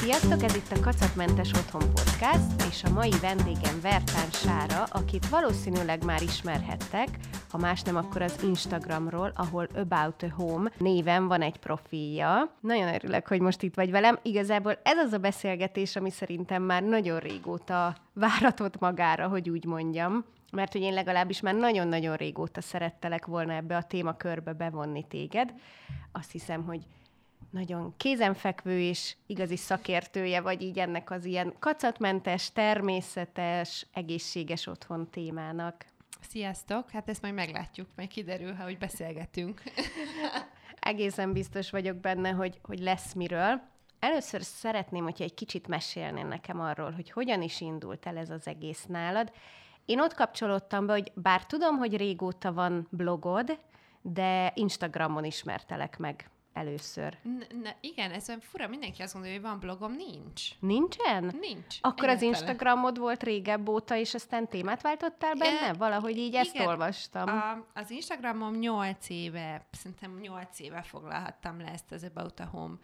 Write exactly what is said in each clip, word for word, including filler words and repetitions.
Sziasztok, ez itt a Kacatmentes Otthon Podcast, és a mai vendégem Vertán Sára, akit valószínűleg már ismerhettek, ha más nem, akkor az Instagramról, ahol About a Home néven van egy profilja. Nagyon örülök, hogy most itt vagy velem. Igazából ez az a beszélgetés, ami szerintem már nagyon régóta váratott magára, hogy úgy mondjam, mert hogy én legalábbis már nagyon-nagyon régóta szerettelek volna ebbe a témakörbe bevonni téged. Azt hiszem, hogy nagyon kézenfekvő és igazi szakértője vagy így ennek az ilyen kacatmentes, természetes, egészséges otthon témának. Sziasztok! Hát ezt majd meglátjuk, majd kiderül, ha úgy beszélgetünk. Egészen biztos vagyok benne, hogy, hogy lesz miről. Először szeretném, hogyha egy kicsit mesélnél nekem arról, hogy hogyan is indult el ez az egész nálad. Én ott kapcsolódtam be, hogy bár tudom, hogy régóta van blogod, de Instagramon ismertelek meg először. Na, igen, ez olyan fura, mindenki azt gondolja, hogy van blogom, nincs. Nincsen? Nincs. Akkor az egyáltalán. Instagramod volt régebb óta, és aztán témát váltottál benne? E, Valahogy így ezt igen, olvastam. A, az Instagramom nyolc éve, szerintem nyolc éve foglalhattam le ezt az About a Home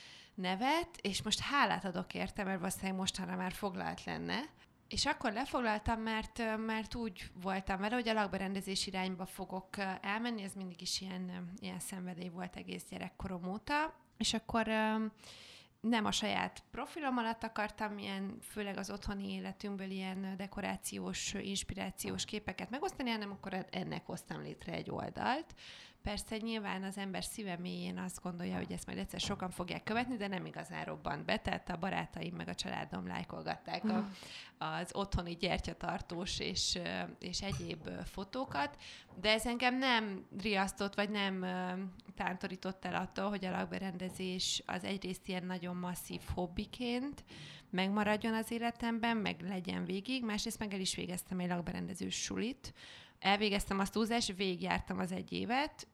nevet, és most hálát adok érte, mert valószínűleg mostanra már foglalt lenne. És akkor lefoglaltam, mert, mert úgy voltam vele, hogy a lakberendezés irányba fogok elmenni, ez mindig is ilyen, ilyen szenvedély volt egész gyerekkorom óta, és akkor nem a saját profilom alatt akartam ilyen, főleg az otthoni életünkből ilyen dekorációs, inspirációs képeket megosztani, hanem akkor ennek hoztam létre egy oldalt. Persze nyilván az ember szíve mélyén azt gondolja, hogy ezt majd egyszer sokan fogják követni, de nem igazán robbant be, tehát a barátaim meg a családom lájkolgatták a, az otthoni gyertyatartós és, és egyéb fotókat, de ez engem nem riasztott, vagy nem tántorított el attól, hogy a lakberendezés az egyrészt ilyen nagyon masszív hobbiként megmaradjon az életemben, meg legyen végig, másrészt meg el is végeztem egy lakberendezős sulit. Elvégeztem azt túlzás, végigjártam az egy évet,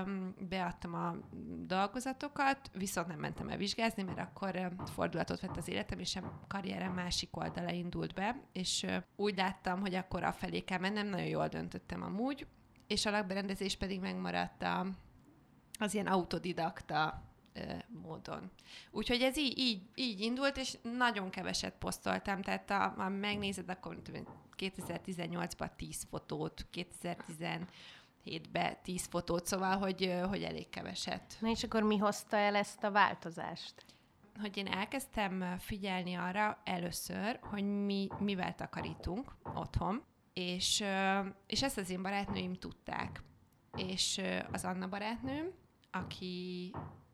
beadtam a dolgozatokat, viszont nem mentem el vizsgázni, mert akkor fordulatot vett az életem, és a karrierem másik oldala indult be, és úgy láttam, hogy akkor afelé kell mennem, nagyon jól döntöttem amúgy, és a lakberendezés pedig megmaradt a, az ilyen autodidakta módon. Úgyhogy ez így, így, így indult, és nagyon keveset posztoltam, tehát ha, ha megnézed, akkor kétezer-tizennyolcban tíz fotót, kétezer-tizenhétben tíz fotót, szóval, hogy, hogy elég keveset. Na és akkor mi hozta el ezt a változást? Hogy én elkezdtem figyelni arra először, hogy mi mivel takarítunk otthon, és, és ezt az én barátnőim tudták. És az Anna barátnőm, aki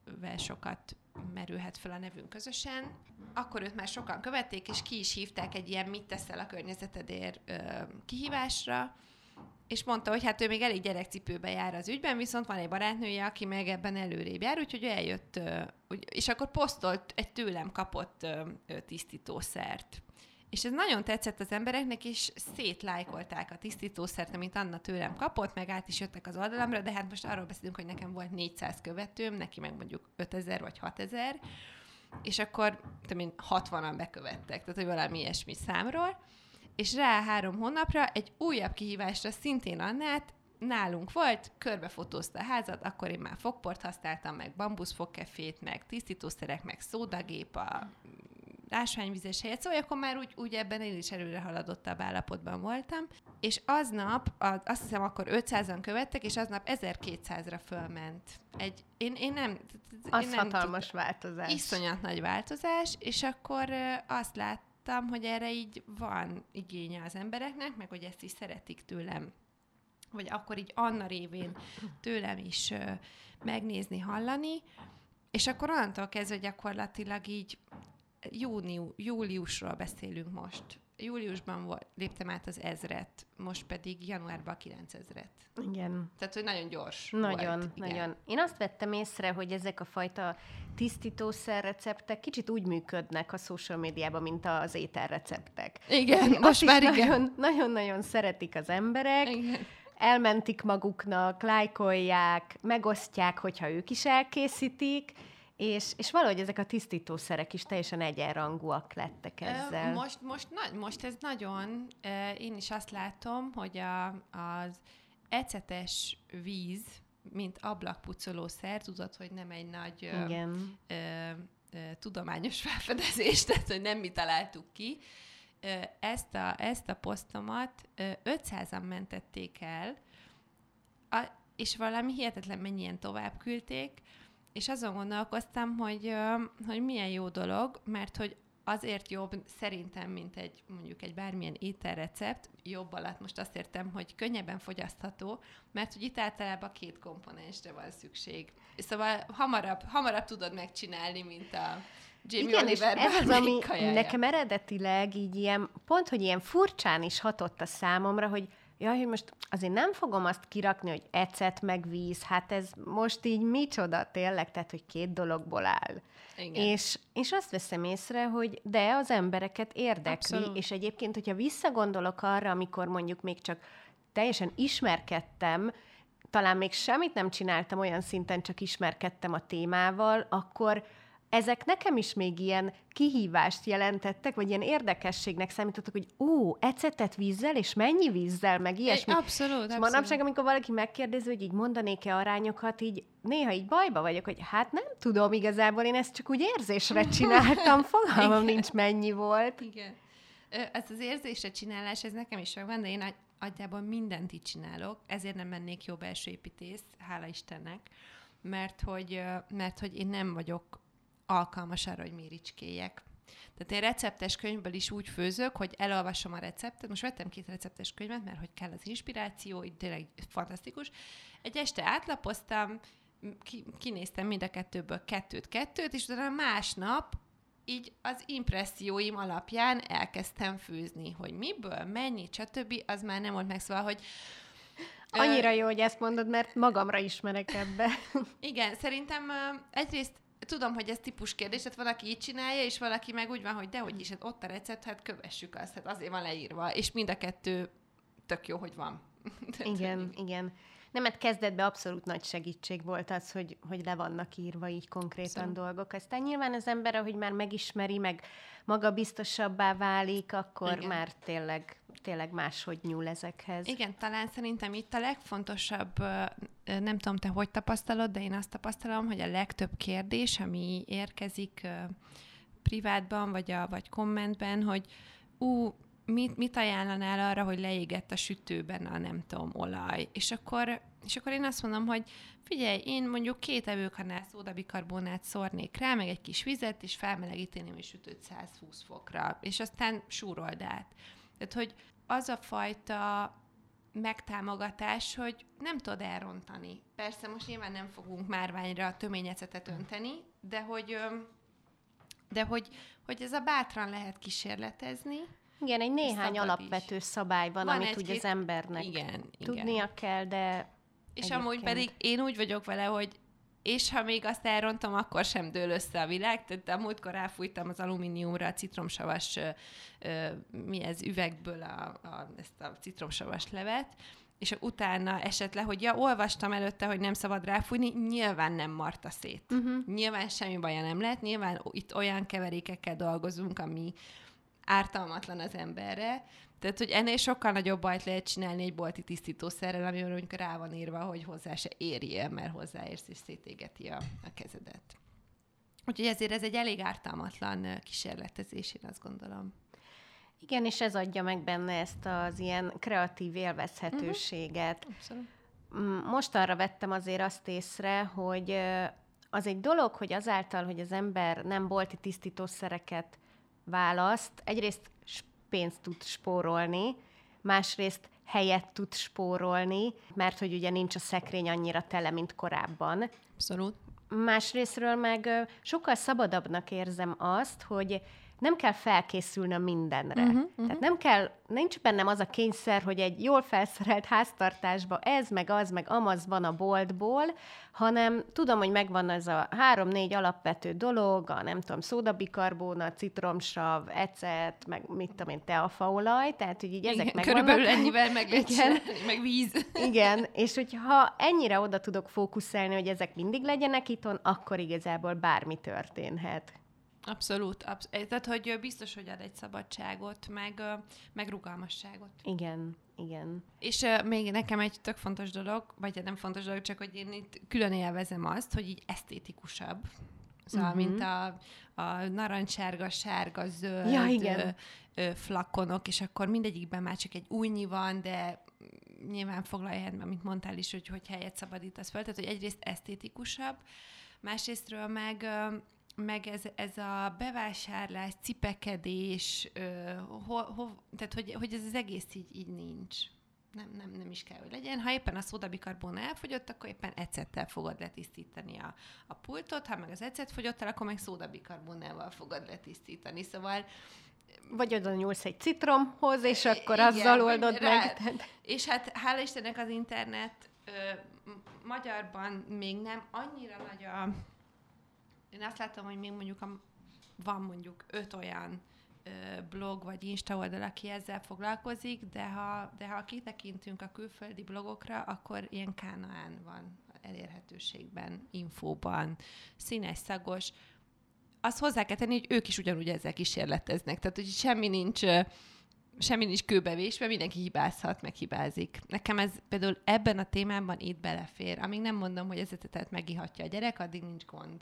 sokat merülhet fel a nevünk közösen. Akkor őt már sokan követték, és ki is hívták egy ilyen mit teszel a környezetedért ö, kihívásra, és mondta, hogy hát ő még elég gyerekcipőbe jár az ügyben, viszont van egy barátnője, aki meg ebben előrébb jár, úgyhogy ő eljött, ö, és akkor posztolt egy tőlem kapott ö, ö, tisztítószert. És ez nagyon tetszett az embereknek, és szétlájkolták a tisztítószert, amit Anna tőlem kapott, meg át is jöttek az oldalamra, de hát most arról beszélünk, hogy nekem volt négyszáz követőm, neki meg mondjuk ötezer vagy hatezer, és akkor tudom, hatvanan bekövettek, tehát hogy valami ilyesmi számról, és rá három hónapra egy újabb kihívásra szintén Annát nálunk volt, körbefotózta a házat, akkor én már fogport használtam, meg bambuszfogkefét, meg tisztítószerek, meg szódagép, a ásványvizes helyet, szóval akkor már úgy, úgy ebben én is előre haladottabb állapotban voltam, és aznap, a, azt hiszem akkor ötszázan követtek, és aznap ezerkétszázra fölment. Egy, én, én nem... Az én nem hatalmas tudtam, változás. Iszonyat nagy változás, és akkor azt láttam, hogy erre így van igénye az embereknek, meg hogy ezt is szeretik tőlem, vagy akkor így Anna révén tőlem is megnézni, hallani, és akkor onnantól kezdve gyakorlatilag így Júniu, júliusról beszélünk most. Júliusban volt, léptem át az ezret, most pedig januárban a kilencezret. Igen. Tehát, hogy nagyon gyors Nagyon, volt. nagyon. Igen. Én azt vettem észre, hogy ezek a fajta tisztítószer receptek kicsit úgy működnek a social médiában, mint az ételreceptek. Igen, most azt már nagyon, igen. Nagyon-nagyon szeretik az emberek, Igen. elmentik maguknak, lájkolják, megosztják, hogyha ők is elkészítik, És, és valahogy ezek a tisztítószerek is teljesen egyenrangúak lettek ezzel. Most, most, na, most ez nagyon, én is azt látom, hogy a, az ecetes víz, mint ablakpucolószer, tudod, hogy nem egy nagy ö, ö, tudományos felfedezés, tehát hogy nem mi találtuk ki. Ezt a, ezt a posztomat ötszázan mentették el, a, és valami hihetetlen mennyien tovább küldték, és azon gondolkoztam, hogy, hogy milyen jó dolog, mert hogy azért jobb szerintem, mint egy mondjuk egy bármilyen ételrecept, jobb alatt most azt értem, hogy könnyebben fogyasztható, mert hogy itt általában két komponensre van szükség. Szóval hamarabb, hamarabb tudod megcsinálni, mint a Jamie Igen, Oliver és ez az, ami kajája. Nekem eredetileg így ilyen, pont, hogy ilyen furcsán is hatott a számomra, hogy jaj, hogy most azért nem fogom azt kirakni, hogy ecet meg víz, hát ez most így micsoda tényleg, tehát, hogy két dologból áll. És, és azt veszem észre, hogy de az embereket érdekli, Abszolút. És egyébként, hogyha visszagondolok arra, amikor mondjuk még csak teljesen ismerkedtem, talán még semmit nem csináltam olyan szinten, csak ismerkedtem a témával, akkor ezek nekem is még ilyen kihívást jelentettek, vagy ilyen érdekességnek számítottak, hogy ó, ecetet vízzel, és mennyi vízzel, meg ilyesmi. Abszolút, abszolút. Manapság, amikor valaki megkérdezi, hogy így mondanék-e arányokat, így néha így bajba vagyok, hogy hát nem tudom igazából, én ezt csak úgy érzésre csináltam, fogalmam nincs mennyi volt. Igen. Ez az érzésre csinálás, ez nekem is megvan, de én nagyjából mindent így csinálok, ezért nem mennék jó belső építész, hála Istennek, mert hogy, mert hogy én nem vagyok alkalmas arra, hogy méricskéljek. Tehát én receptes könyvből is úgy főzök, hogy elolvasom a receptet. Most vettem két receptes könyvet, mert hogy kell az inspiráció, így tényleg fantasztikus. Egy este átlapoztam, ki, kinéztem mind a kettőből kettőt-kettőt, és utána másnap így az impresszióim alapján elkezdtem főzni, hogy miből, mennyi, stb. Az már nem volt meg, szóval, hogy annyira jó, hogy ezt mondod, mert magamra ismerek ebbe. Igen, szerintem egyrészt tudom, hogy ez típus kérdés, tehát valaki így csinálja, és valaki meg úgy van, hogy dehogy is, hát ott a recept, hát kövessük azt, hát azért van leírva, és mind a kettő tök jó, hogy van. Igen, igen. Nem, hát kezdetben abszolút nagy segítség volt az, hogy, hogy le vannak írva így konkrétan Szóval. dolgok. Aztán nyilván az ember, ahogy már megismeri, meg magabiztosabbá válik, akkor igen. már tényleg, tényleg máshogy nyúl ezekhez. Igen, talán szerintem itt a legfontosabb, nem tudom, te hogy tapasztalod, de én azt tapasztalom, hogy a legtöbb kérdés, ami érkezik privátban, vagy, a, vagy kommentben, hogy ú, Mit, mit ajánlanál arra, hogy leégett a sütőben a nem tudom, olaj? És akkor, és akkor én azt mondom, hogy figyelj, én mondjuk két evőkanál szódabikarbonát szórnék rá, meg egy kis vizet, és felmelegíteném a sütőt száz húsz fokra, és aztán súrold át. Tehát, hogy az a fajta megtámogatás, hogy nem tudod elrontani. Persze most nyilván nem fogunk márványra töményecetet önteni, de hogy, de hogy, hogy ez a bátran lehet kísérletezni. Igen, egy néhány alapvető is. szabály van, van amit úgy az embernek igen, tudnia igen. kell, de és egyébként... amúgy pedig én úgy vagyok vele, hogy és ha még azt elrontom, akkor sem dől össze a világ. Tehát a múltkor ráfújtam az alumíniumra a citromsavas, ö, mi ez, üvegből a, a, ezt a citromsavas levet, és utána esett le, hogy ja, olvastam előtte, hogy nem szabad ráfújni, nyilván nem marta szét. Uh-huh. Nyilván semmi baja nem lehet, nyilván itt olyan keverékekkel dolgozunk, ami ártalmatlan az emberre. Tehát, hogy ennél sokkal nagyobb bajt lehet csinálni egy bolti tisztítószerrel, amiről mondjuk rá van írva, hogy hozzá se érjél, mert hozzáérsz és szétégeti a, a kezedet. Úgyhogy ezért ez egy elég ártalmatlan kísérletezés, én azt gondolom. Igen, és ez adja meg benne ezt az ilyen kreatív élvezhetőséget. Uh-huh. Most arra vettem azért azt észre, hogy az egy dolog, hogy azáltal, hogy az ember nem bolti tisztítószereket választ, egyrészt pénzt tud spórolni, másrészt helyet tud spórolni, mert hogy ugye nincs a szekrény annyira tele, mint korábban. Abszolút. Másrésztről meg sokkal szabadabbnak érzem azt, hogy nem kell felkészülnöm mindenre. Uh-huh, uh-huh. Tehát nem kell, nincs bennem az a kényszer, hogy egy jól felszerelt háztartásba ez, meg az, meg amaz van a boltból, hanem tudom, hogy megvan ez a három-négy alapvető dolog, a nem tudom, szódabikarbóna, citromsav, ecet, meg mit tudom én, teafaolaj, tehát hogy így igen, ezek megvannak. Körülbelül ennyivel meg lehet csinálni, meg víz. Igen, és hogyha ennyire oda tudok fókuszálni, hogy ezek mindig legyenek itthon, akkor igazából bármi történhet. Abszolút. Absz- tehát, hogy biztos, hogy ad egy szabadságot, meg, meg rugalmasságot. Igen, igen. És uh, még nekem egy tök fontos dolog, vagy nem fontos dolog, csak hogy én itt külön élvezem azt, hogy így esztétikusabb Szóval, uh-huh. mint a, a narancssárga, sárga, zöld ja, igen. Ö, ö, flakonok, és akkor mindegyikben már csak egy újnyi van, de nyilván foglalja helyet, amit mondtál is, hogy, hogy helyet szabadítasz fel. Tehát, hogy egyrészt esztétikusabb, másrésztről meg, meg ez, ez a bevásárlás, cipekedés, ö, ho, ho, tehát, hogy, hogy ez az egész így, így nincs. Nem, nem, nem is kell, hogy legyen. Ha éppen a szódabikarbon elfogyott, akkor éppen ecettel fogod letisztítani a, a pultot, ha meg az ecet fogyott el, akkor meg szódabikarbonnával fogod letisztítani. Szóval... Vagy oda nyúlsz egy citromhoz, és akkor igen, azzal oldod meg. És hát hála Istennek az internet ö, magyarban még nem annyira nagy a... Én azt látom, hogy még mondjuk a, van mondjuk öt olyan blog vagy Insta oldal, aki ezzel foglalkozik, de ha, de ha kitekintünk a külföldi blogokra, akkor ilyen Kánaán van elérhetőségben, infóban, színes, szagos. Azt hozzá kell tenni, hogy ők is ugyanúgy ezzel kísérleteznek. Tehát, hogy semmi nincs, semmi nincs kőbevésve, mindenki hibázhat, meg hibázik. Nekem ez például ebben a témában itt belefér. Amíg nem mondom, hogy ez etetet megihatja a gyerek, addig nincs gond.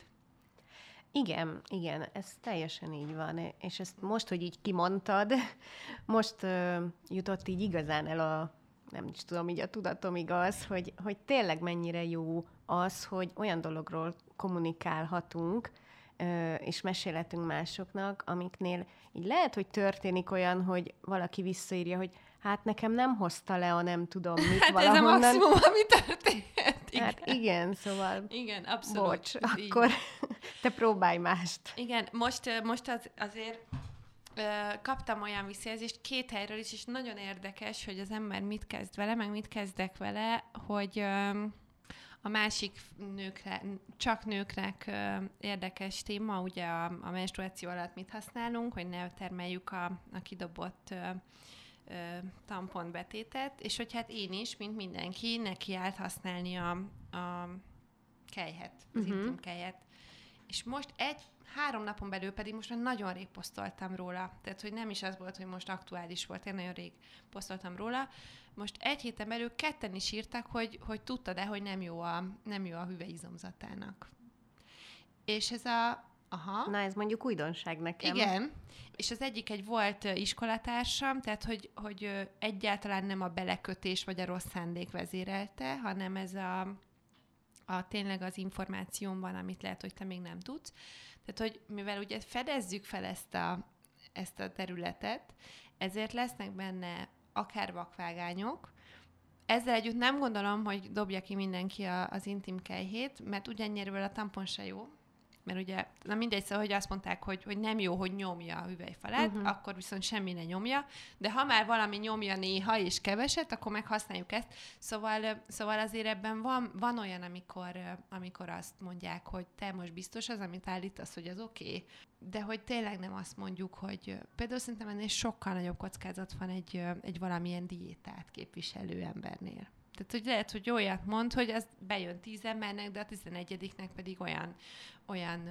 Igen, igen, ez teljesen így van, és ezt most, hogy így kimondtad, most uh, jutott így igazán el a, nem is tudom, így a tudatomig az, hogy, hogy tényleg mennyire jó az, hogy olyan dologról kommunikálhatunk, uh, és mesélhetünk másoknak, amiknél így lehet, hogy történik olyan, hogy valaki visszaírja, hogy hát nekem nem hozta le a nem tudom mit hát valahonnan. Hát ez a maximum, ami történt. Igen. Hát igen, szóval... Igen, abszolút. Bocs, akkor te próbálj mást. Igen, most, most az, azért ö, kaptam olyan visszajelzést két helyről is, és nagyon érdekes, hogy az ember mit kezd vele, meg mit kezdek vele, hogy ö, a másik nőkre, csak nőknek ö, érdekes téma, ugye a, a menstruáció alatt mit használunk, hogy ne termeljük a, a kidobott ö, ö, tamponbetétet, és hogy hát én is, mint mindenki, nekiállt használni a, a kelyhet, az uh-huh. intim kelyhet. És most egy, három napon belül pedig most már nagyon rég posztoltam róla. Tehát, hogy nem is az volt, hogy most aktuális volt, én nagyon rég posztoltam róla. Most egy héten belül ketten is írtak, hogy, hogy tudtad-e, hogy nem jó a, nem jó a hüvelyizomzatának. És ez a... Aha. Na, ez mondjuk újdonság nekem. Igen. És az egyik egy volt iskolatársam, tehát, hogy, hogy egyáltalán nem a belekötés vagy a rossz szándék vezérelte, hanem ez a, a tényleg az információmban, amit lehet, hogy te még nem tudsz. Tehát, hogy mivel ugye fedezzük fel ezt a, ezt a területet, ezért lesznek benne akár vakvágányok. Ezzel együtt nem gondolom, hogy dobja ki mindenki a, az intim kelyhét, mert ugyannyerről a tampon se jó. Mert ugye, na mindegy, szóval, hogy azt mondták, hogy, hogy nem jó, hogy nyomja a hüvelyfalat, uh-huh. akkor viszont semmi ne nyomja, de ha már valami nyomja néha és keveset, akkor meg használjuk ezt. Szóval, szóval azért ebben van, van olyan, amikor, amikor azt mondják, hogy te most biztos az, amit állítasz, hogy az oké, okay, de hogy tényleg nem azt mondjuk, hogy például szerintem ennél sokkal nagyobb kockázat van egy, egy valamilyen diétát képviselő embernél. Tehát, hogy lehet, hogy olyat mond, hogy az bejön tíz embernek, de a tizenegyediknek pedig olyan, olyan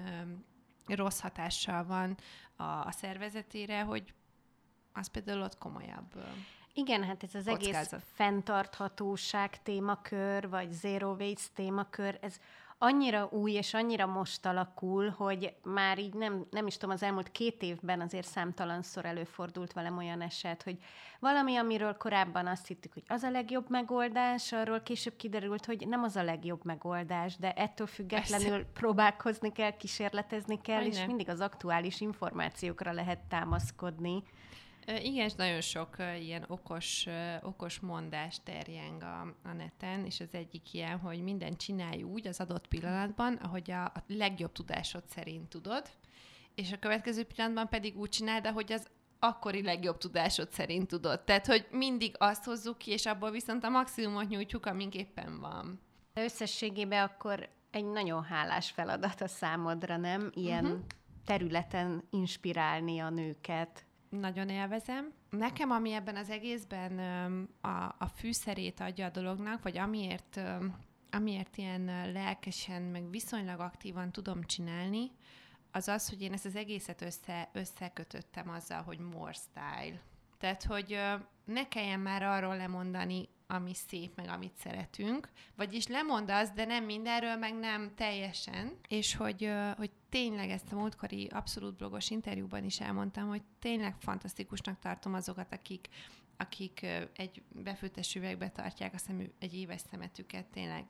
ö, rossz hatással van a, a szervezetére, hogy az például ott komolyabb. Ö, Igen, hát ez az kockázat. Egész fenntarthatóság témakör, vagy zero waste témakör, ez annyira új és annyira most alakul, hogy már így nem, nem is tudom, az elmúlt két évben azért számtalanszor előfordult velem olyan eset, hogy valami, amiről korábban azt hittük, hogy az a legjobb megoldás, arról később kiderült, hogy nem az a legjobb megoldás, de ettől függetlenül Persze. próbálkozni kell, kísérletezni kell, Hogyne. és mindig az aktuális információkra lehet támaszkodni. Igen, és nagyon sok uh, ilyen okos, uh, okos mondás terjeng a, a neten, és az egyik ilyen, hogy mindent csinálj úgy az adott pillanatban, ahogy a, a legjobb tudásod szerint tudod, és a következő pillanatban pedig úgy csináld, ahogy az akkori legjobb tudásod szerint tudod. Tehát, hogy mindig azt hozzuk ki, és abból viszont a maximumot nyújtjuk, amink éppen van. De összességében akkor egy nagyon hálás feladat a számodra, nem? Ilyen uh-huh. területen inspirálni a nőket. Nagyon élvezem. Nekem, ami ebben az egészben a, a fűszerét adja a dolognak, vagy amiért, amiért ilyen lelkesen, meg viszonylag aktívan tudom csinálni, az az, hogy én ezt az egészet össze, összekötöttem azzal, hogy more style. Tehát, hogy ne kelljen már arról lemondani, ami szép, meg amit szeretünk, vagyis lemondasz, de nem mindenről, meg nem teljesen, és hogy, hogy tényleg ezt a múltkori Abszolút blogos interjúban is elmondtam, hogy tényleg fantasztikusnak tartom azokat, akik, akik egy befőttes üvegbe tartják a szemű, egy éves szemetüket, tényleg.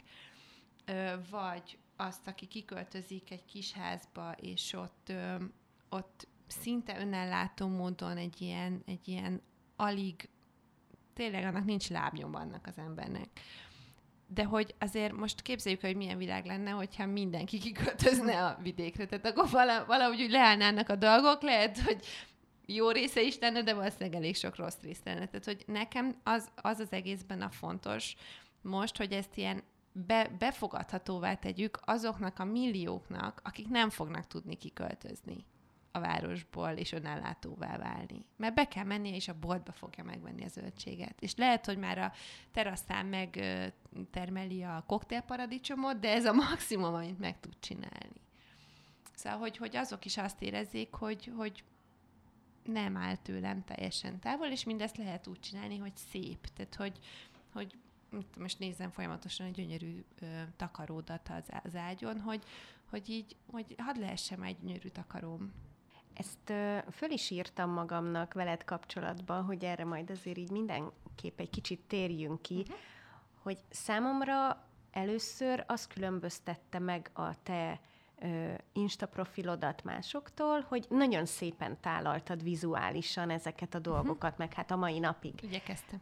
Vagy azt, aki kiköltözik egy kis házba, és ott, ott szinte önellátó módon egy ilyen, egy ilyen alig, tényleg annak nincs lábnyom annak az embernek. De hogy azért most képzeljük, hogy milyen világ lenne, hogyha mindenki kiköltözne a vidékre. Tehát akkor valahogy úgy leállnának a dolgok, lehet, hogy jó része is lenne, de valószínűleg elég sok rossz része lenne. Tehát, hogy nekem az az, az egészben a fontos most, hogy ezt ilyen be, befogadhatóvá tegyük azoknak a millióknak, akik nem fognak tudni kiköltözni a városból, és önellátóvá válni. Mert be kell mennie, és a boltba fogja megvenni a zöldséget. És lehet, hogy már a teraszán megtermeli a koktélparadicsomot, de ez a maximum, amit meg tud csinálni. Szóval, hogy, hogy azok is azt érezzék, hogy, hogy nem áll tőlem teljesen távol, és mindezt lehet úgy csinálni, hogy szép. Tehát, hogy, hogy most nézem folyamatosan egy gyönyörű ö, takaródat az, az ágyon, hogy, hogy így, hogy hadd lehessen egy gyönyörű takaróm. Ezt ö, föl is írtam magamnak veled kapcsolatban, hogy erre majd azért így mindenképp egy kicsit térjünk ki, uh-huh. hogy számomra először azt különböztette meg a te ö, Insta profilodat másoktól, hogy nagyon szépen tálaltad vizuálisan ezeket a dolgokat, uh-huh. meg hát a mai napig. Igyekeztem.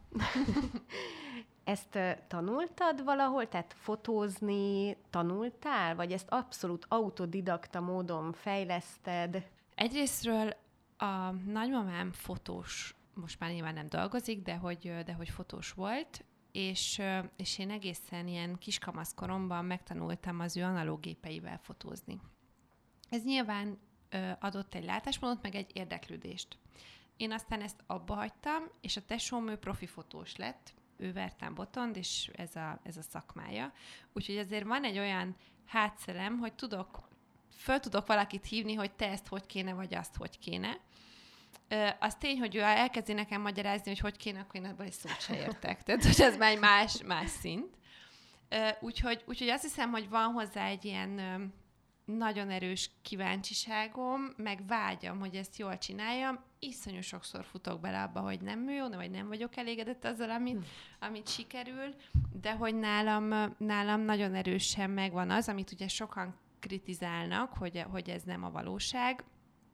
Ezt uh, tanultad valahol? Tehát fotózni tanultál? Vagy ezt abszolút autodidakta módon fejleszted? Egyrésztről a nagymamám fotós, most már nyilván nem dolgozik, de hogy, de hogy fotós volt, és, és én egészen ilyen kiskamaszkoromban megtanultam az ő analóg gépeivel fotózni. Ez nyilván adott egy látásmódot, meg egy érdeklődést. Én aztán ezt abba hagytam, és a tesóm ő profi fotós lett, ő Vertán Botond, és ez a, ez a szakmája. Úgyhogy azért van egy olyan hátszelem, hogy tudok, föl tudok valakit hívni, hogy te ezt hogy kéne, vagy azt hogy kéne. Ö, az tény, hogy ő elkezdi nekem magyarázni, hogy hogy kéne, akkor én ebből egy szót se értek. Tehát, hogy ez már egy más, más szint. Ö, úgyhogy, úgyhogy azt hiszem, hogy van hozzá egy ilyen ö, nagyon erős kíváncsiságom, meg vágyam, hogy ezt jól csináljam. Iszonyú sokszor futok bele abba, hogy nem jó, vagy nem vagyok elégedett azzal, amit, hmm. amit sikerül, de hogy nálam, nálam nagyon erősen megvan az, amit ugye sokan kritizálnak, hogy, hogy ez nem a valóság,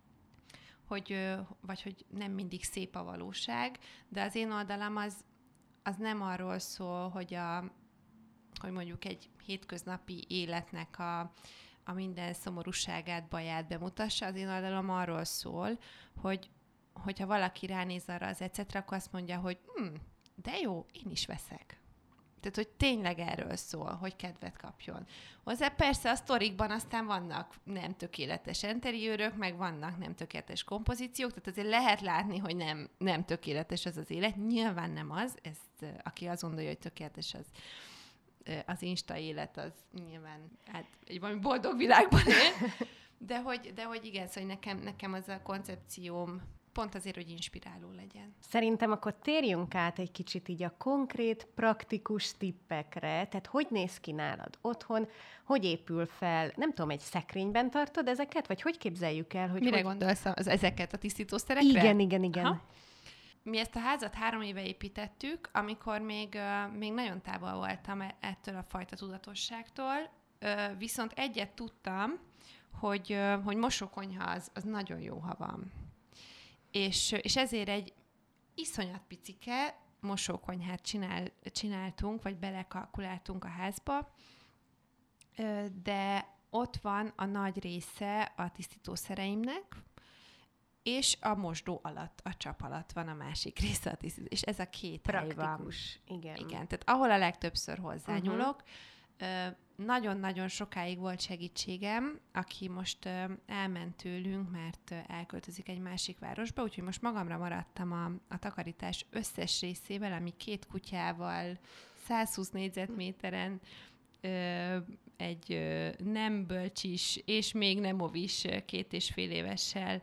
hogy, vagy hogy nem mindig szép a valóság, de az én oldalam az, az nem arról szól, hogy, a, hogy mondjuk egy hétköznapi életnek a, a minden szomorúságát, baját bemutassa. Az én oldalom arról szól, hogy hogyha valaki ránéz arra az ecetre, akkor azt mondja, hogy hm, de jó, én is veszek. Tehát, hogy tényleg erről szól, hogy kedvet kapjon. Hozzá persze a sztorikban aztán vannak nem tökéletes interiőrök, meg vannak nem tökéletes kompozíciók, tehát azért lehet látni, hogy nem, nem tökéletes az az élet. Nyilván nem az, ezt, aki azt gondolja, hogy tökéletes az, az Insta élet, az nyilván hát egy valami boldog világban él. De hogy, de hogy igen, szóval nekem, nekem az a koncepcióm pont azért, hogy inspiráló legyen. Szerintem akkor térjünk át egy kicsit így a konkrét, praktikus tippekre. Tehát hogy néz ki nálad otthon? Hogy épül fel? Nem tudom, egy szekrényben tartod ezeket? Vagy hogy képzeljük el? Hogy Mire hogy... gondolsz az, ezeket a tisztítószerekre? Igen, igen, igen. Aha. Mi ezt a házat három éve építettük, amikor még, uh, még nagyon távol voltam ettől a fajta tudatosságtól, uh, viszont egyet tudtam, hogy, uh, hogy mosókonyha az, az nagyon jó, ha van. És, és ezért egy iszonyat picike mosókonyhát csinál, csináltunk, vagy belekalkuláltunk a házba, de ott van a nagy része a tisztítószereimnek, és a mosdó alatt, a csap alatt van a másik része a tisztító. És ez a két praktikus, hely van. igen. Igen, tehát ahol a legtöbbször hozzányúlok. Uh-huh. Nagyon-nagyon sokáig volt segítségem, aki most uh, elment tőlünk, mert uh, elköltözik egy másik városba, úgyhogy most magamra maradtam a, a takarítás összes részével, ami két kutyával, százhúsz négyzetméteren, uh, egy uh, nem bölcsis és még nem ovis uh, két és fél évessel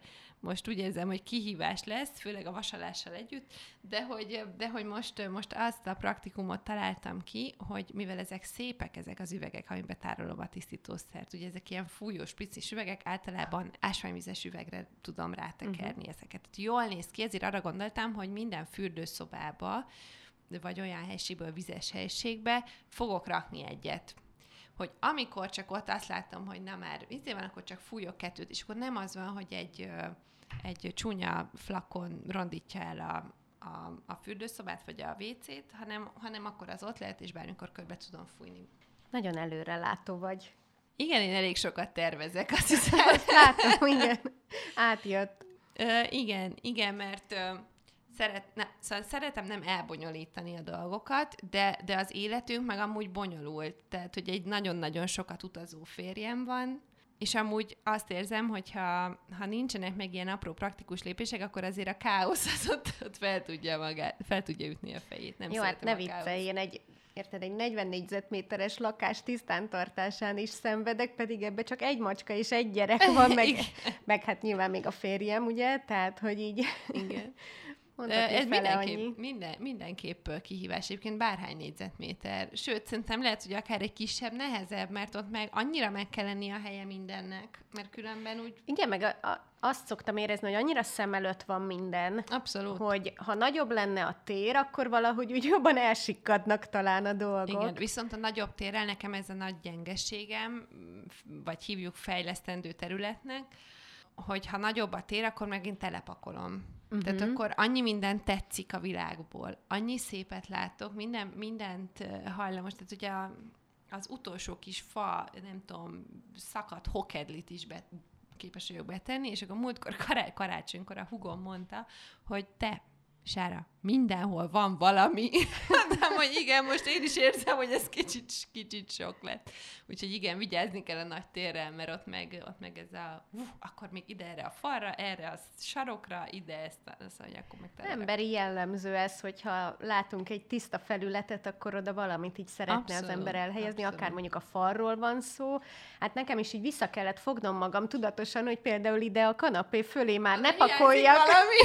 most úgy érzem, hogy kihívás lesz, főleg a vasalással együtt, de hogy, de hogy most, most azt a praktikumot találtam ki, hogy mivel ezek szépek, ezek az üvegek, amiben tárolom a tisztítószert, ugye ezek ilyen fújós, picis üvegek, általában ásványvizes üvegre tudom rátekerni uh-huh. ezeket. Tehát jól néz ki, ezért arra gondoltam, hogy minden fürdőszobába, vagy olyan helységből vizes helységbe fogok rakni egyet. Hogy amikor csak ott azt látom, hogy na már vízé van, akkor csak fújok kettőt, és akkor nem az van, hogy egy, egy csúnya flakon rondítja el a, a, a fürdőszobát, vagy a vécét, hanem, hanem akkor az ott lehet, és bármikor körbe tudom fújni. Nagyon előrelátó vagy. Igen, én elég sokat tervezek, azt hiszem. Azt látom, igen. Átjött. Ö, igen, igen, mert... Ö, Szeret, ne, szóval szeretem nem elbonyolítani a dolgokat, de, de az életünk meg amúgy bonyolult. Tehát, hogy egy nagyon-nagyon sokat utazó férjem van, és amúgy azt érzem, hogy ha, ha nincsenek meg ilyen apró praktikus lépések, akkor azért a káosz az ott, ott fel tudja magát, fel tudja ütni a fejét. Nem Jó, hát ne viccelj, én egy, érted, egy negyven négyzetméteres lakás tisztántartásán is szenvedek, pedig ebbe csak egy macska és egy gyerek van, meg, meg hát nyilván még a férjem, ugye? Tehát, hogy így... Igen. Mondhatni ez mindenképp, annyi. minden, mindenképp kihívás, egyébként bárhány négyzetméter. Sőt, szerintem lehet, hogy akár egy kisebb, nehezebb, mert ott meg annyira meg kell lenni a helye mindennek, mert különben úgy... Igen, meg a, a, azt szoktam érezni, hogy annyira szem előtt van minden, Abszolút. hogy ha nagyobb lenne a tér, akkor valahogy úgy jobban elsikkadnak talán a dolgok. Igen, viszont a nagyobb térrel nekem ez a nagy gyengeségem, vagy hívjuk fejlesztendő területnek, hogy ha nagyobb a tér, akkor megint telepakolom. Uh-huh. Tehát akkor annyi minden tetszik a világból, annyi szépet látok, minden, mindent hajlamos, tehát ugye a, az utolsó kis fa, nem tudom, szakadt hokedlit is be, képes vagyok betenni, és akkor múltkor kará- karácsonykor a hugom mondta, hogy te, Sára, mindenhol van valami. De hogy igen, most én is érzem, hogy ez kicsit, kicsit sok lett. Úgyhogy igen, vigyázni kell a nagy térrel, mert ott meg, ott meg ez a, uf, akkor még ide erre a falra, erre a sarokra, ide ezt, azt mondja, akkor meg tele. Emberi jellemző ez, hogyha látunk egy tiszta felületet, akkor oda valamit így szeretne abszolút, az ember elhelyezni, abszolút. Akár mondjuk a falról van szó. Hát nekem is így vissza kellett fognom magam tudatosan, hogy például ide a kanapé fölé már ne pakoljak.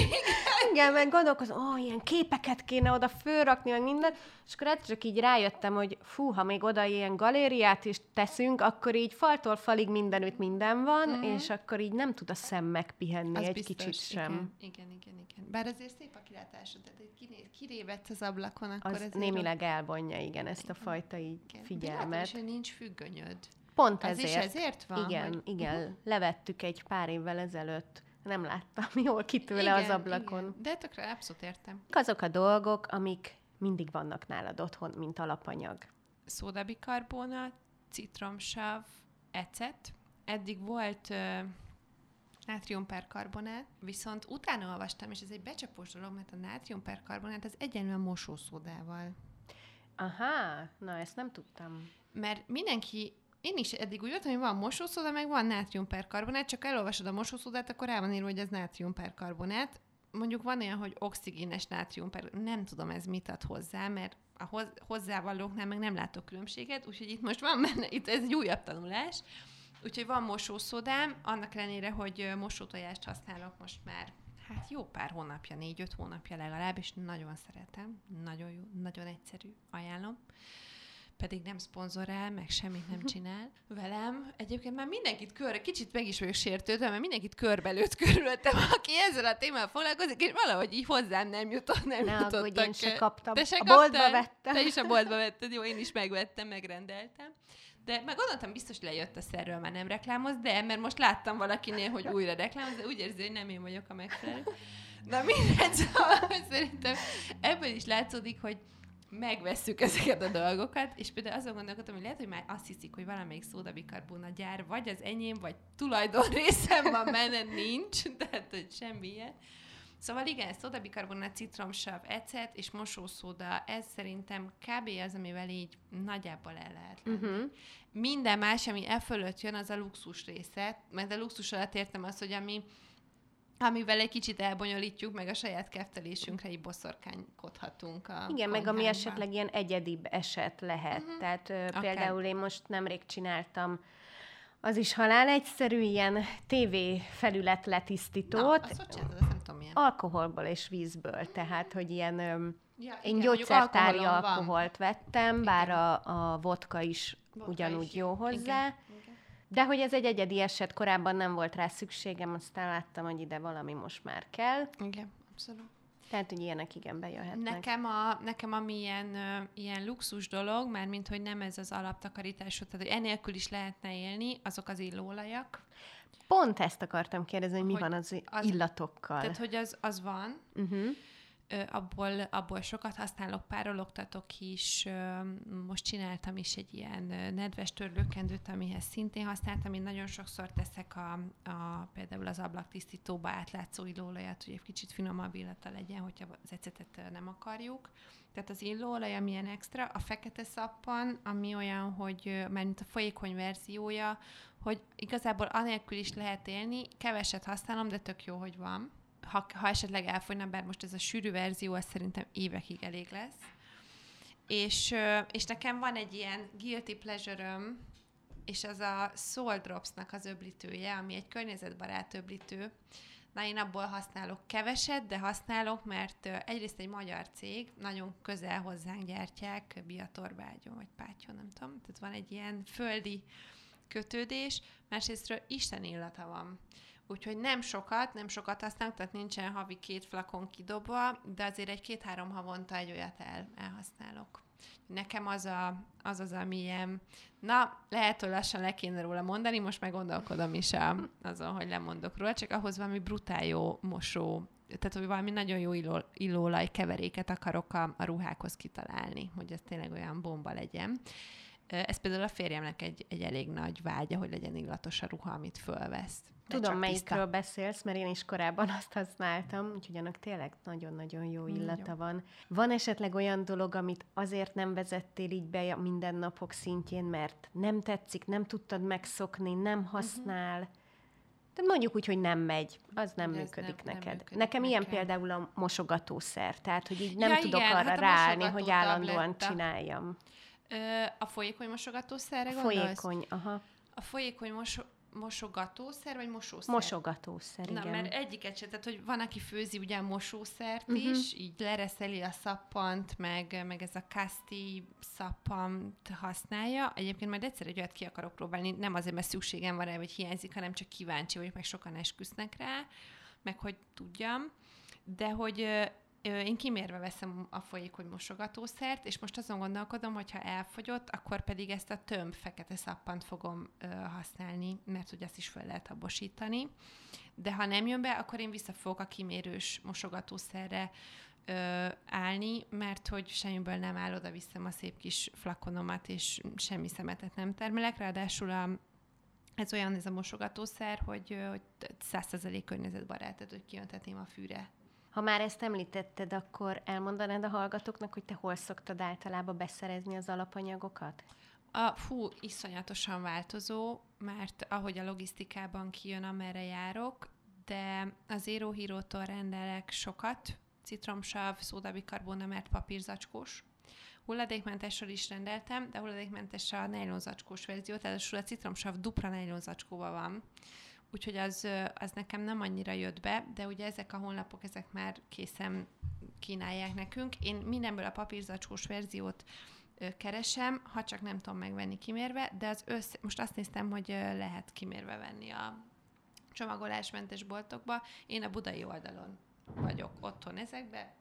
Igen, meg gondolkozom, ó, oh, ilyen képeket kéne oda fölrakni, meg mindent, és akkor egyszer csak így rájöttem, hogy fú, ha még oda ilyen galériát is teszünk, akkor így faltól falig mindenütt minden van, mm-hmm. és akkor így nem tud a szem megpihenni az egy biztos, kicsit sem. Igen, igen, igen, igen. Bár azért szép a kilátásod, tehát egy kirévetsz az ablakon, akkor az némileg elvonja, igen, ezt igen. a fajta így igen. figyelmet. Látom is, hogy nincs függönyöd. Pont az ezért. Az is ezért van? Igen, hogy... igen. Uh-huh. Levettük egy pár évvel ezelőtt. Nem láttam jól ki tőle igen, az ablakon. Igen. De tökre abszolút értem. Azok a dolgok, amik mindig vannak nálad otthon, mint alapanyag. Szódabikarbónat, citromsav, ecet. Eddig volt uh, nátriumperkarbonát, viszont utána olvastam, és ez egy becsapós dolog, mert a nátriumperkarbonát az egyenlően mosószódával. Aha, na ezt nem tudtam. Mert mindenki Én is eddig úgy voltam, hogy van mosószóda, meg van nátriumperkarbonát, csak elolvasod a mosószódát, akkor rá van írva, hogy ez nátriumperkarbonát. Mondjuk van olyan, hogy oxigénes nátriumperkarbonát, nem tudom ez mit ad hozzá, mert a hozzávalóknál meg nem látok különbséget, úgyhogy itt most van benne, itt ez egy újabb tanulás. Úgyhogy van mosószódám, annak ellenére, hogy mosótojást használok most már, hát jó pár hónapja, négy-öt hónapja legalább, és nagyon szeretem, nagyon jó, nagyon egyszerű, ajánlom. Pedig nem szponzorál, meg semmit nem csinál velem. Egyébként már mindenkit körbe, kicsit meg is vagyok sértődve, mert mindenkit körbelőtt körülöttem, aki ezzel a témával foglalkozik, és valahogy így hozzám nem jutott, nem ne jutottak. Aggódj, én se kaptam. Te se a kaptál? boltba vettem. Te is a boltba vetted, jó, én is megvettem, megrendeltem. De meg gondoltam, biztos lejött a szerről, már nem reklámoz, de mert most láttam valakinél, hogy újra reklámoz, de úgy érzi, hogy nem én vagyok a megfelelő. Na mindegy, szóval szerintem ebből is látszódik, hogy megvesszük ezeket a dolgokat, és például azon gondolkodtam, hogy lehet, hogy már azt hiszik, hogy valamelyik szódabikarbóna gyár, vagy az enyém, vagy tulajdon részem van benne, nincs, tehát hogy semmi ilyen. Szóval igen, szódabikarbonát, citromsav, ecet és mosószóda, ez szerintem kb. Az, amivel így nagyjából el lehet lenni. Uh-huh. Minden más, ami e fölött jön, az a luxus része, mert a luxus alatt értem azt, hogy ami amivel egy kicsit elbonyolítjuk, meg a saját keftelésünkre így boszorkánykodhatunk a igen, meg ami esetleg ilyen egyedibb eset lehet. Uh-huh. Tehát uh, például én most nemrég csináltam Az is halál egyszerű, ilyen tévéfelület letisztítót. Na, azt hogy csináltad, azt nem tudom milyen. Alkoholból és vízből, tehát, hogy ilyen... Öm, Ja, én igen, gyógyszertári alkoholom van. alkoholt vettem, Igen. bár a, a vodka is Vodka ugyanúgy is. jó hozzá. Igen, igen. De hogy ez egy egyedi eset, korábban nem volt rá szükségem, aztán láttam, hogy ide valami most már kell. Igen, abszolút. Tehát, hogy ilyenek igen bejöhetnek. Nekem, a, nekem ami ilyen, ö, ilyen luxus dolog, mármint, hogy nem ez az alaptakarításod, tehát, hogy enélkül is lehetne élni, azok az illóolajak. Pont ezt akartam kérdezni, hogy mi Hogy van az, az- illatokkal. Tehát, hogy az, az van, Uh-huh. Ö, abból, abból sokat használok, párologtatok is, ö, most csináltam is egy ilyen ö, nedves törlőkendőt, amihez szintén használtam, én nagyon sokszor teszek a, a, például az ablaktisztítóba átlátszó illóolajat, hogy egy kicsit finomabb illata legyen, hogyha az ecetet ö, nem akarjuk. Tehát az illóolaj, ami ilyen extra, a fekete szappan, ami olyan, hogy ö, már mint a folyékony verziója, hogy igazából anélkül is lehet élni, keveset használom, de tök jó, hogy van. Ha, ha esetleg elfogyna, bár most ez a sűrű verzió, az szerintem évekig elég lesz. És, ö, és nekem van egy ilyen guilty pleasure-öm, és az a Soul Drops-nak az öblítője, ami egy környezetbarát öblítő. Na, én abból használok keveset, de használok, mert ö, egyrészt egy magyar cég, nagyon közel hozzánk gyártják, Biatorbágyon, vagy Pátyon, nem tudom. Tehát van egy ilyen földi kötődés, másrésztről Isten illata van. Úgyhogy nem sokat, nem sokat használok, tehát nincsen havi két flakon kidobva, de azért egy két-három havonta egy olyat el, elhasználok. Nekem az, a, az az, ami ilyen, na, lehet, hogy lassan le kéne róla mondani, most meg gondolkodom is a, azon, hogy lemondok róla, csak ahhoz valami brutál jó mosó, tehát hogy valami nagyon jó illó, illóolaj keveréket akarok a, a ruhákhoz kitalálni, hogy ez tényleg olyan bomba legyen. Ez például a férjemnek egy, egy elég nagy vágya, hogy legyen illatos a ruha, amit fölvesz. De Tudom, csak melyikről tiszta. beszélsz, mert én is korábban azt használtam, úgyhogy annak tényleg nagyon-nagyon jó illata Nagyon. van. Van esetleg olyan dolog, amit azért nem vezettél így be a mindennapok szintjén, mert nem tetszik, nem tudtad megszokni, nem használ? Uh-huh. Tehát mondjuk úgy, hogy nem megy, az nem Ez működik nem- nem neked. működik Nekem ilyen nekem. például a mosogatószer, tehát hogy így nem Ja, tudok igen, arra hát a ráállni, mosogató hogy állandóan tabletta. csináljam. Ö, a folyékony mosogatószerre gondolsz? Folyékony, aha. A folyékony mos- mosogatószer, vagy mosószer? Mosogatószer, Na, igen. mert egyiket se, tehát hogy van, aki főzi ugye a mosószert Mhm. uh-huh. is, így lereszeli a szappant, meg, meg ez a kaszti szappant használja. Egyébként majd egyszer egy olyat ki akarok próbálni, nem azért, mert szükségem van rá, vagy hiányzik, hanem csak kíváncsi vagyok, meg sokan esküsznek rá, meg hogy tudjam. De hogy ö, ö, én kimérve veszem a folyékony mosogatószert, és most azon gondolkodom, hogy ha elfogyott, akkor pedig ezt a tömb fekete szappant fogom ö, használni, mert hogy azt is fel lehet habosítani. De ha nem jön be, akkor én vissza fogok a kimérős mosogatószerre ö, állni, mert hogy semmiből nem áll, oda viszem a szép kis flakonomat, és semmi szemetet nem termelek. Ráadásul a, ez olyan, ez a mosogatószer, hogy ö, hogy száz százalék környezetbarát, tehát hogy kijöntetném a fűre. Ha már ezt említetted, akkor elmondanád a hallgatóknak, hogy te hol szoktad általában beszerezni az alapanyagokat? A, fú, iszonyatosan változó, mert ahogy a logisztikában kijön, amerre járok, de az Zero Hero-tól rendelek sokat, citromsav, szódabikarbóna, papírzacskós. Hulladékmentesről is rendeltem, de hulladékmentes a nejlonzacskós verzió, tehát a citromsav dupla nejlonzacskóban van. Úgyhogy az, az nekem nem annyira jött be, de ugye ezek a honlapok, ezek már készen kínálják nekünk. Én mindenből a papírzacskós verziót ö, keresem, ha csak nem tudom megvenni kimérve, de az össze, most azt néztem, hogy ö, lehet kimérve venni a csomagolásmentes boltokba. Én a budai oldalon vagyok otthon ezekbe,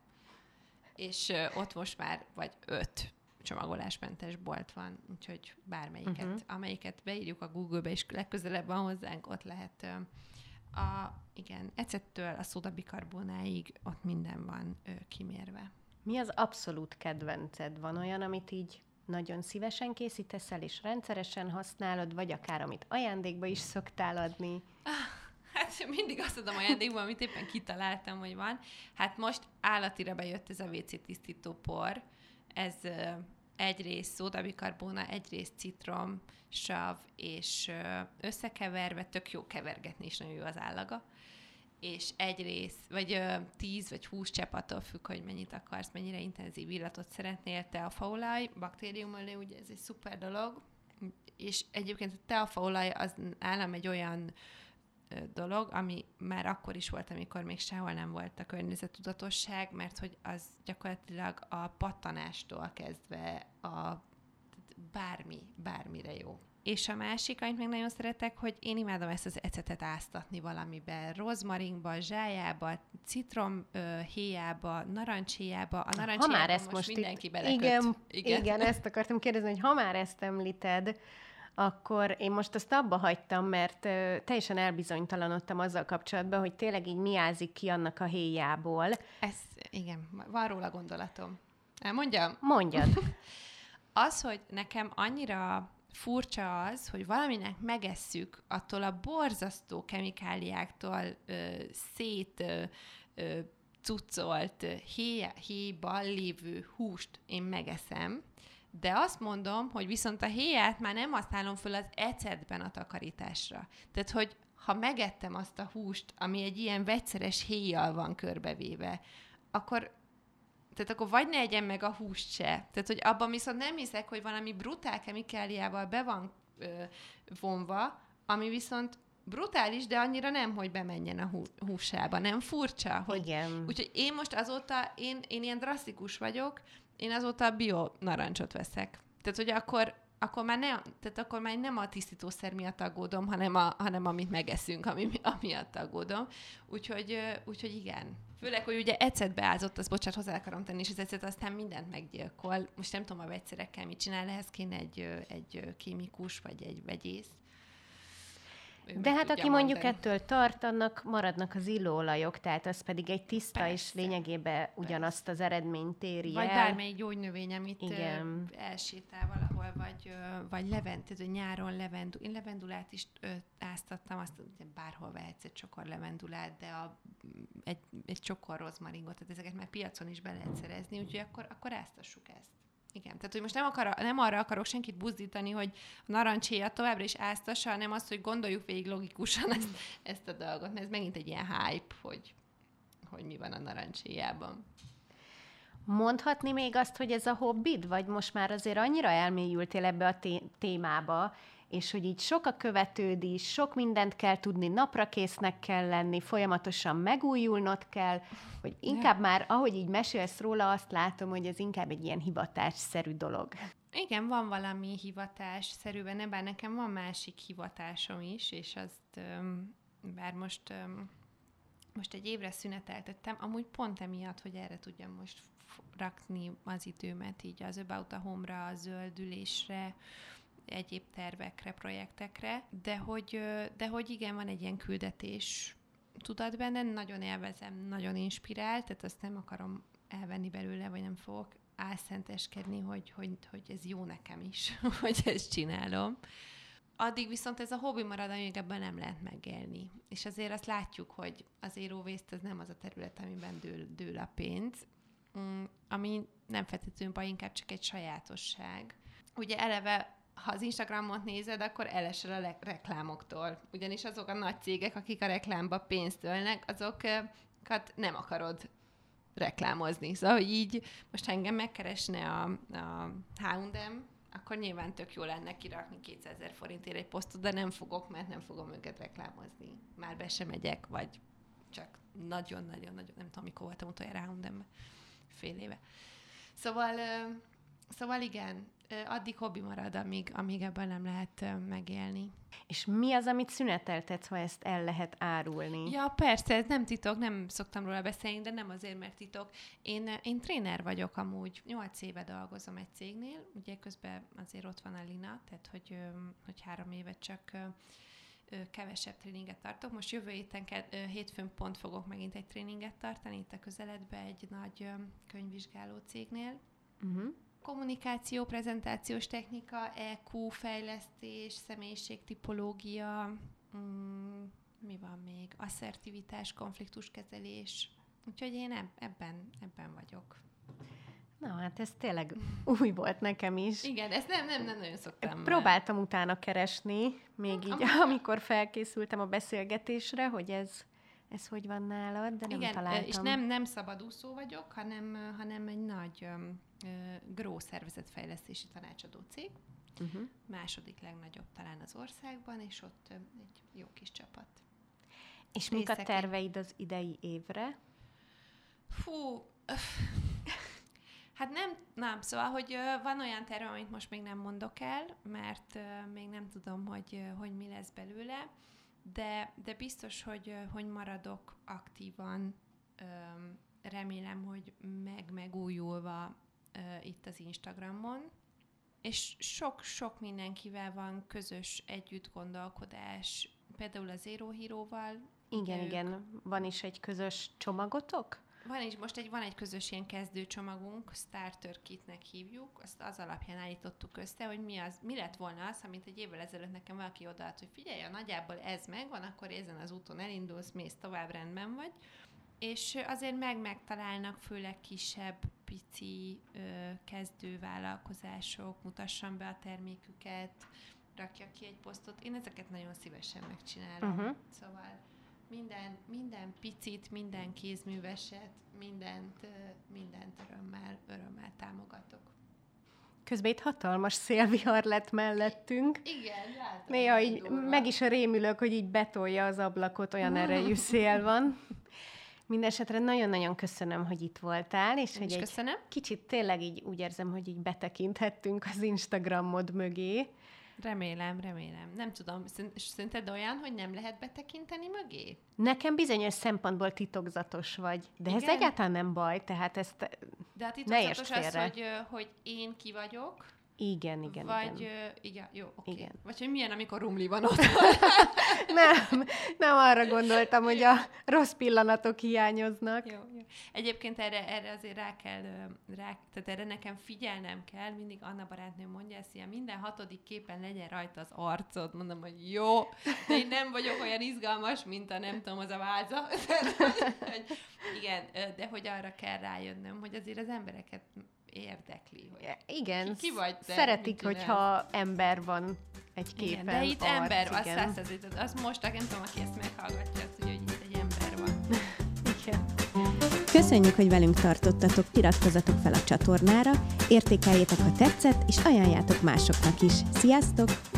és ö, ott most már vagy öt csomagolásmentes bolt van, úgyhogy bármelyiket, uh-huh. amelyiket beírjuk a Google-be, és legközelebb van hozzánk, ott lehet ö, a, igen, ecettől a szódabikarbónáig ott minden van ö, kimérve. Mi az abszolút kedvenced? Van olyan, amit így nagyon szívesen készítesz el, és rendszeresen használod, vagy akár amit ajándékba is szoktál adni? Hát mindig azt adom ajándékban, amit éppen kitaláltam, hogy van. Hát most állatira bejött ez a vé cé tisztító por. Ez ö, egyrészt szódabikarbóna, egyrészt citrom, sav, és ö, összekeverve, tök jó kevergetni, és nagyon jó az állaga. És egyrészt, vagy ö, tíz vagy húsz csepp, attól függ, hogy mennyit akarsz, mennyire intenzív illatot szeretnél te a faolaj, baktériumölő, ugye ez egy szuper dolog. És egyébként a teafaolaj az állam egy olyan dolog, ami már akkor is volt, amikor még sehol nem volt a környezettudatosság, mert hogy az gyakorlatilag a pattanástól kezdve a bármi, bármire jó. És a másik, amit még nagyon szeretek, hogy én imádom ezt az ecetet áztatni valamiben. Rozmarinba, zsájába, citrom ö, héjába, narancshéjába. A narancshéjába most, most mindenki itt, beleköt. Igen, igen. igen, ezt akartam kérdezni, hogy ha már ezt említed, akkor én most azt abba hagytam, mert ö, teljesen elbizonytalanodtam azzal kapcsolatban, hogy tényleg így miázik ki annak a héjából. Ez, igen, van róla gondolatom. Elmondjam? Mondjad. Az, hogy nekem annyira furcsa az, hogy valaminek megesszük attól a borzasztó kemikáliáktól ö, szét ö, ö, cuccolt héj, héjban lévő húst én megeszem, de azt mondom, hogy viszont a héját már nem használom föl az ecetben a takarításra. Tehát, hogy ha megettem azt a húst, ami egy ilyen vegyszeres héjjal van körbevéve, akkor Tehát akkor vagy ne egyen meg a húst se. Tehát, hogy abban viszont nem hiszek, hogy valami brutál kemikáliával be van ö, vonva, ami viszont brutális, de annyira nem, hogy bemenjen a hú- húsába. Nem furcsa? Hogy, Igen. Úgyhogy én most azóta, én, én ilyen drasztikus vagyok, én azóta bio narancsot veszek. Tehát, hogy akkor, akkor, már, ne, tehát akkor már nem a tisztítószer miatt aggódom, hanem, a, hanem amit megeszünk, ami, amiatt aggódom. Úgyhogy, úgyhogy igen. Főleg, hogy ugye ecetbe ázott, azt bocsánat, hozzá akarom tenni, és az ecet aztán mindent meggyilkol. Most nem tudom a vegyszerekkel mit csinál, ehhez kéne egy, egy kémikus, vagy egy vegyész. De hát aki mondjuk mondani. ettől tart, annak maradnak az illóolajok, tehát az pedig egy tiszta Persze. és lényegében ugyanazt Persze. az eredményt éri Vagy el. bármelyik gyógynövény, amit Igen. elsétál valahol, vagy, vagy levend, tehát nyáron levendul. Én levendulát is ö, áztattam, azt bárhol vehetsz egy csokor levendulát, de a, egy, egy csokor rozmaringot, tehát ezeket már piacon is be lehet szerezni, úgyhogy akkor, akkor áztassuk ezt. Igen, tehát hogy most nem, akar, nem arra akarok senkit buzdítani, hogy a narancshéjat továbbra is áztassa, hanem azt, hogy gondoljuk végig logikusan ezt, ezt a dolgot, mert ez megint egy ilyen hype, hogy, hogy mi van a narancshéjában. Mondhatni még azt, hogy ez a hobbid, vagy most már azért annyira elmélyültél ebbe a té- témába, és hogy így sok a követőd is, sok mindent kell tudni, naprakésznek kell lenni, folyamatosan megújulnod kell, hogy inkább ja. már, ahogy így mesélsz róla, azt látom, hogy ez inkább egy ilyen hivatásszerű dolog. Igen, van valami hivatásszerű benne, bár nekem van másik hivatásom is, és azt, bár most, most egy évre szüneteltettem, amúgy pont emiatt, hogy erre tudjam most rakni az időmet, így az About a Home-ra, a zöldülésre, egyéb tervekre, projektekre, de hogy, de hogy igen, van egy ilyen küldetés tudat benne, nagyon élvezem, nagyon inspirál, tehát azt nem akarom elvenni belőle, vagy nem fogok álszenteskedni, hogy, hogy, hogy ez jó nekem is, hogy ezt csinálom. Addig viszont ez a hobbi marad, amíg ebből nem lehet megélni. És azért azt látjuk, hogy az zero waste az nem az a terület, amiben dől, dől a pénz, ami nem feltétlenül, inkább csak egy sajátosság. Ugye eleve ha az Instagramot nézed, akkor elesel a le- reklámoktól. Ugyanis azok a nagy cégek, akik a reklámba pénzt ölnek, azokat nem akarod reklámozni. Szóval, hogy így most engem megkeresne a, a há és em, akkor nyilván tök jó lenne kirakni kétszázezer forintért egy posztot, de nem fogok, mert nem fogom őket reklámozni. Már be sem megyek, vagy csak nagyon-nagyon-nagyon, nem tudom, mikor voltam utoljára há és em-ben, fél éve. Szóval, szóval igen, addig hobbi marad, amíg, amíg ebben nem lehet megélni. És mi az, amit szüneteltetsz, ha ezt el lehet árulni? Ja, persze, ez nem titok, nem szoktam róla beszélni, de nem azért, mert titok. Én, én tréner vagyok amúgy, nyolc éve dolgozom egy cégnél, ugye közben azért ott van a Lina, tehát hogy, hogy három évet csak kevesebb tréninget tartok. Most jövő héten, hétfőn pont fogok megint egy tréninget tartani, itt a közeledben egy nagy könyvvizsgáló cégnél. Uh-huh. Kommunikáció, prezentációs technika, é kú fejlesztés, személyiségtipológia, mm, mi van még? Asszertivitás, konfliktuskezelés. Úgyhogy én ebben, ebben vagyok. Na, hát ez tényleg új volt nekem is. Igen, ezt nem, nem, nem nagyon szoktam. Próbáltam utána keresni, még így, amikor felkészültem a beszélgetésre, hogy ez, ez hogy van nálad, de nem Igen, találtam. És nem, nem szabadúszó vagyok, hanem, hanem egy nagy um, gró szervezetfejlesztési tanácsadó cég. uh-huh. második legnagyobb talán az országban, és ott egy jó kis csapat. És mik a terveid az idei évre? Fú, hát nem, nem, szóval, hogy van olyan terve, amit most még nem mondok el, mert még nem tudom, hogy, hogy mi lesz belőle, de, de biztos, hogy, hogy maradok aktívan, remélem, hogy meg-megújulva itt az Instagramon, és sok-sok mindenkivel van közös együttgondolkodás, például a Zero Hero-val. Igen, igen. Van is egy közös csomagotok? Van is, most egy, van egy közös ilyen kezdőcsomagunk, Starter Kitnek hívjuk, azt az alapján állítottuk össze, hogy mi, az, mi lett volna az, amint egy évvel ezelőtt nekem valaki odaadta, hogy figyelj, nagyjából ez megvan, akkor ezen az úton elindulsz, mész tovább, rendben vagy. És azért meg-megtalálnak főleg kisebb, pici ö, kezdővállalkozások, mutassam be a terméküket, rakjak ki egy posztot. Én ezeket nagyon szívesen megcsinálom. Uh-huh. Szóval minden, minden picit, minden kézműveset, mindent, mindent örömmel, örömmel támogatok. Közben itt hatalmas szélvihar lett mellettünk. Igen, látom. Néha így meg is rémülök, hogy így betolja az ablakot, olyan erejű szél van. Mindenesetre nagyon-nagyon köszönöm, hogy itt voltál, és Én hogy egy köszönöm. kicsit tényleg így úgy érzem, hogy így betekinthettünk az Instagramod mögé. Remélem, remélem. Nem tudom, szerinted olyan, hogy nem lehet betekinteni mögé? Nekem bizonyos szempontból titokzatos vagy, de Igen? ez egyáltalán nem baj, tehát ezt de a ne értsd titokzatos az, félre. hogy, hogy én ki vagyok, Igen, igen, vagy, igen. Ö, igen, jó, oké. Igen. Vagy hogy milyen, amikor rumli van ott. nem, nem arra gondoltam, hogy a rossz pillanatok hiányoznak. Jó, jó. Egyébként erre, erre azért rá kell, rá, tehát erre nekem figyelnem kell, mindig Anna barátnőm mondja ezt, ilyen minden hatodik képen legyen rajta az arcod. Mondom, hogy jó, de én nem vagyok olyan izgalmas, mint a nem tudom, az a váza. Igen, de hogy arra kell rájönnöm, hogy azért az embereket érdekli. Hogy igen, ki, ki vagy te? szeretik, hogyha ember van egy képen. Igen, de itt arc, ember, az igen. százszerzét, az most, nem tudom, aki ezt meghallgatja, az tudja, hogy itt egy ember van. Igen. Köszönjük, hogy velünk tartottatok, iratkozzatok fel a csatornára, értékeljétek, ha tetszett, és ajánljátok másoknak is. Sziasztok!